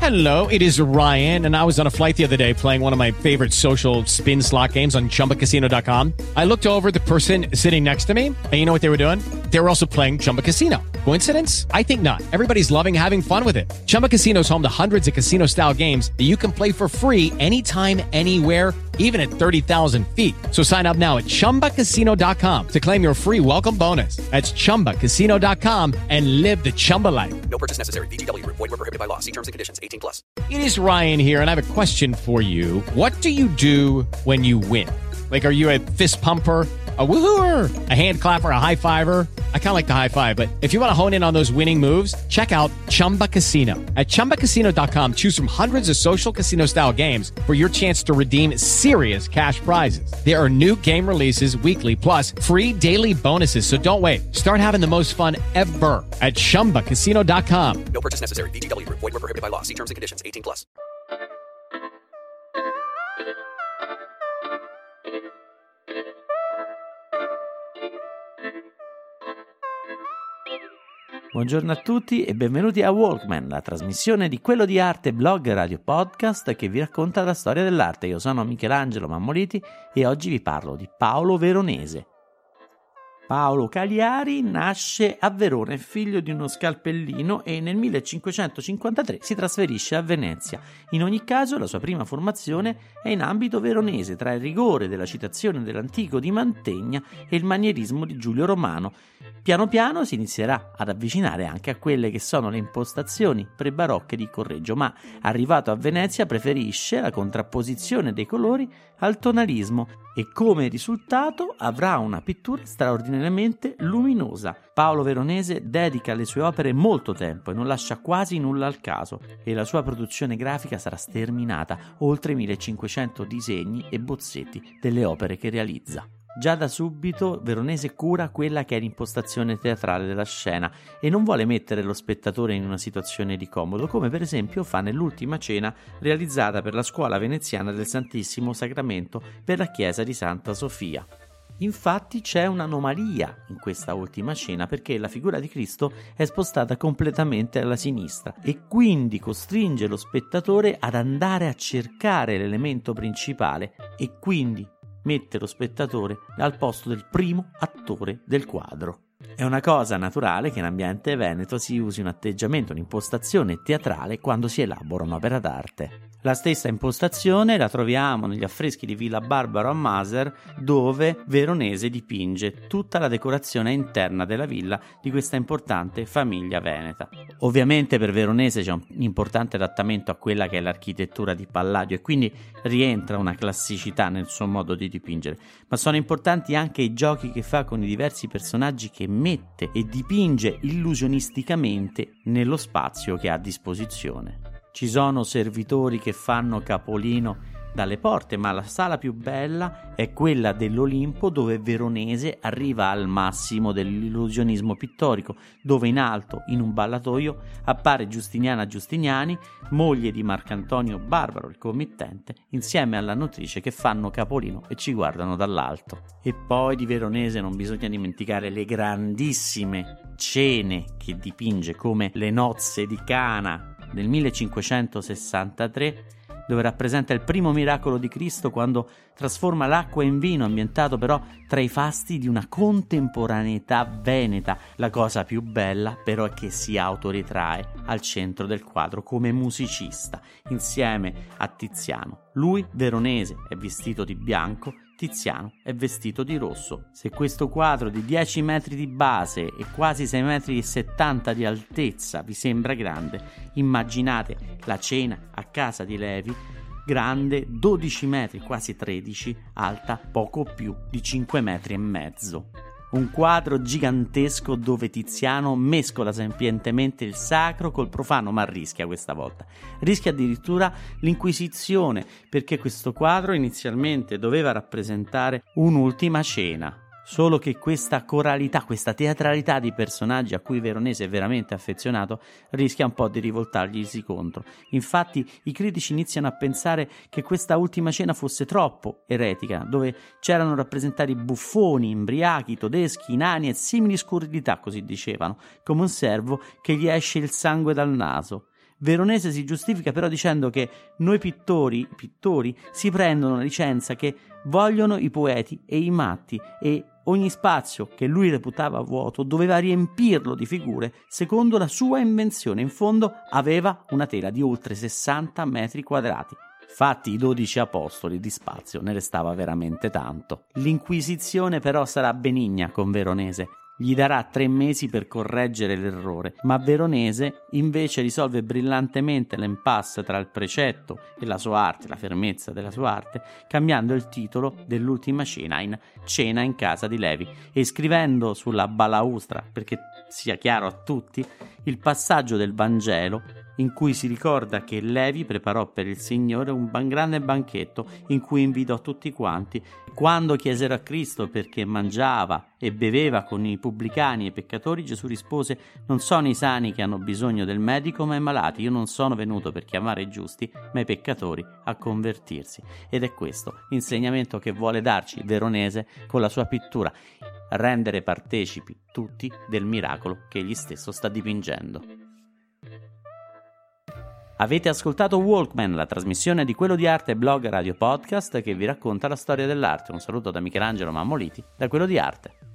Hello, it is Ryan, and I was on a flight the other day playing one of my favorite social spin slot games on ChumbaCasino.com. I looked over at the person sitting next to me, and you know what they were doing? They were also playing Chumba Casino. Coincidence? I think not. Everybody's loving having fun with it. Chumba Casino is home to hundreds of casino-style games that you can play for free anytime, anywhere, even at 30,000 feet. So sign up now at ChumbaCasino.com to claim your free welcome bonus. That's ChumbaCasino.com and live the Chumba life. No purchase necessary. VGW. Void were prohibited by law. See terms and conditions. 18 plus. It is Ryan here, and I have a question for you. What do you do when you win? Like, are you a fist pumper, a woohooer, a hand clapper, a high fiver? I kind of like the high five, but if you want to hone in on those winning moves, check out Chumba Casino. At ChumbaCasino.com, choose from hundreds of social casino-style games for your chance to redeem serious cash prizes. There are new game releases weekly, plus free daily bonuses, so don't wait. Start having the most fun ever at ChumbaCasino.com. No purchase necessary. VGW. Void were prohibited by law. See terms and conditions. 18 plus. Buongiorno a tutti e benvenuti a Walkman, la trasmissione di Quello di Arte blog radio podcast che vi racconta la storia dell'arte. Io sono Michelangelo Mammoliti e oggi vi parlo di Paolo Veronese. Paolo Cagliari nasce a Verona, è figlio di uno scalpellino e nel 1553 si trasferisce a Venezia. In ogni caso la sua prima formazione è in ambito veronese, tra il rigore della citazione dell'antico di Mantegna e il manierismo di Giulio Romano. Piano piano si inizierà ad avvicinare anche a quelle che sono le impostazioni pre-barocche di Correggio, ma arrivato a Venezia preferisce la contrapposizione dei colori al tonalismo e come risultato avrà una pittura straordinariamente luminosa. Paolo Veronese dedica alle sue opere molto tempo e non lascia quasi nulla al caso, e la sua produzione grafica sarà sterminata, oltre 1500 disegni e bozzetti delle opere che realizza. Già da subito Veronese cura quella che è l'impostazione teatrale della scena e non vuole mettere lo spettatore in una situazione di comodo, come per esempio fa nell'Ultima Cena realizzata per la scuola veneziana del Santissimo Sacramento per la chiesa di Santa Sofia. Infatti c'è un'anomalia in questa Ultima Cena, perché la figura di Cristo è spostata completamente alla sinistra e quindi costringe lo spettatore ad andare a cercare l'elemento principale e quindi mette lo spettatore al posto del primo attore del quadro. È una cosa naturale che in ambiente veneto si usi un atteggiamento, un'impostazione teatrale quando si elabora un'opera d'arte. La stessa impostazione la troviamo negli affreschi di Villa Barbaro a Maser, dove Veronese dipinge tutta la decorazione interna della villa di questa importante famiglia veneta. Ovviamente per Veronese c'è un importante adattamento a quella che è l'architettura di Palladio e quindi rientra una classicità nel suo modo di dipingere, ma sono importanti anche i giochi che fa con i diversi personaggi che mette e dipinge illusionisticamente nello spazio che ha a disposizione. Ci sono servitori che fanno capolino dalle porte, ma la sala più bella è quella dell'Olimpo, dove Veronese arriva al massimo dell'illusionismo pittorico, dove in alto, in un ballatoio, appare Giustiniana Giustiniani, moglie di Marcantonio Barbaro, il committente, insieme alla nutrice, che fanno capolino e ci guardano dall'alto. E poi di Veronese non bisogna dimenticare le grandissime cene che dipinge, come Le nozze di Cana del 1563, dove rappresenta il primo miracolo di Cristo quando trasforma l'acqua in vino, ambientato però tra i fasti di una contemporaneità veneta. La cosa più bella però è che si autoritrae al centro del quadro come musicista, insieme a Tiziano. Lui, Veronese, è vestito di bianco, Tiziano è vestito di rosso. Se questo quadro di 10 metri di base e quasi 6,70 metri di altezza vi sembra grande, immaginate la cena a casa di Levi, grande 12 metri, quasi 13, alta poco più di 5,5 metri. Un quadro gigantesco dove Tiziano mescola sapientemente il sacro col profano, ma rischia questa volta. Rischia addirittura l'Inquisizione, perché questo quadro inizialmente doveva rappresentare un'ultima cena. Solo che questa coralità, questa teatralità di personaggi a cui Veronese è veramente affezionato rischia un po' di rivoltarglisi contro. Infatti i critici iniziano a pensare che questa ultima cena fosse troppo eretica, dove c'erano rappresentati buffoni, imbriachi, todeschi, nani e simili scurrilità, così dicevano, come un servo che gli esce il sangue dal naso. Veronese si giustifica però dicendo che noi pittori si prendono la licenza che vogliono i poeti e i matti, e ogni spazio che lui reputava vuoto doveva riempirlo di figure secondo la sua invenzione. In fondo aveva una tela di oltre 60 metri quadrati. Fatti i 12 apostoli di spazio ne restava veramente tanto. L'Inquisizione però sarà benigna con Veronese. Gli darà 3 mesi per correggere l'errore, ma Veronese invece risolve brillantemente l'impasse tra il precetto e la sua arte, la fermezza della sua arte, cambiando il titolo dell'ultima cena in Cena in casa di Levi e scrivendo sulla balaustra, perché sia chiaro a tutti, il passaggio del Vangelo in cui si ricorda che Levi preparò per il Signore un grande banchetto in cui invitò tutti quanti. Quando chiesero a Cristo perché mangiava e beveva con i pubblicani e i peccatori, Gesù rispose: non sono i sani che hanno bisogno del medico, ma i malati. Io non sono venuto per chiamare i giusti, ma i peccatori a convertirsi. Ed è questo l'insegnamento che vuole darci Veronese con la sua pittura: rendere partecipi tutti del miracolo che egli stesso sta dipingendo. Avete ascoltato Walkman, la trasmissione di Quello di Arte blog radio podcast che vi racconta la storia dell'arte. Un saluto da Michelangelo Mammoliti, da Quello di Arte.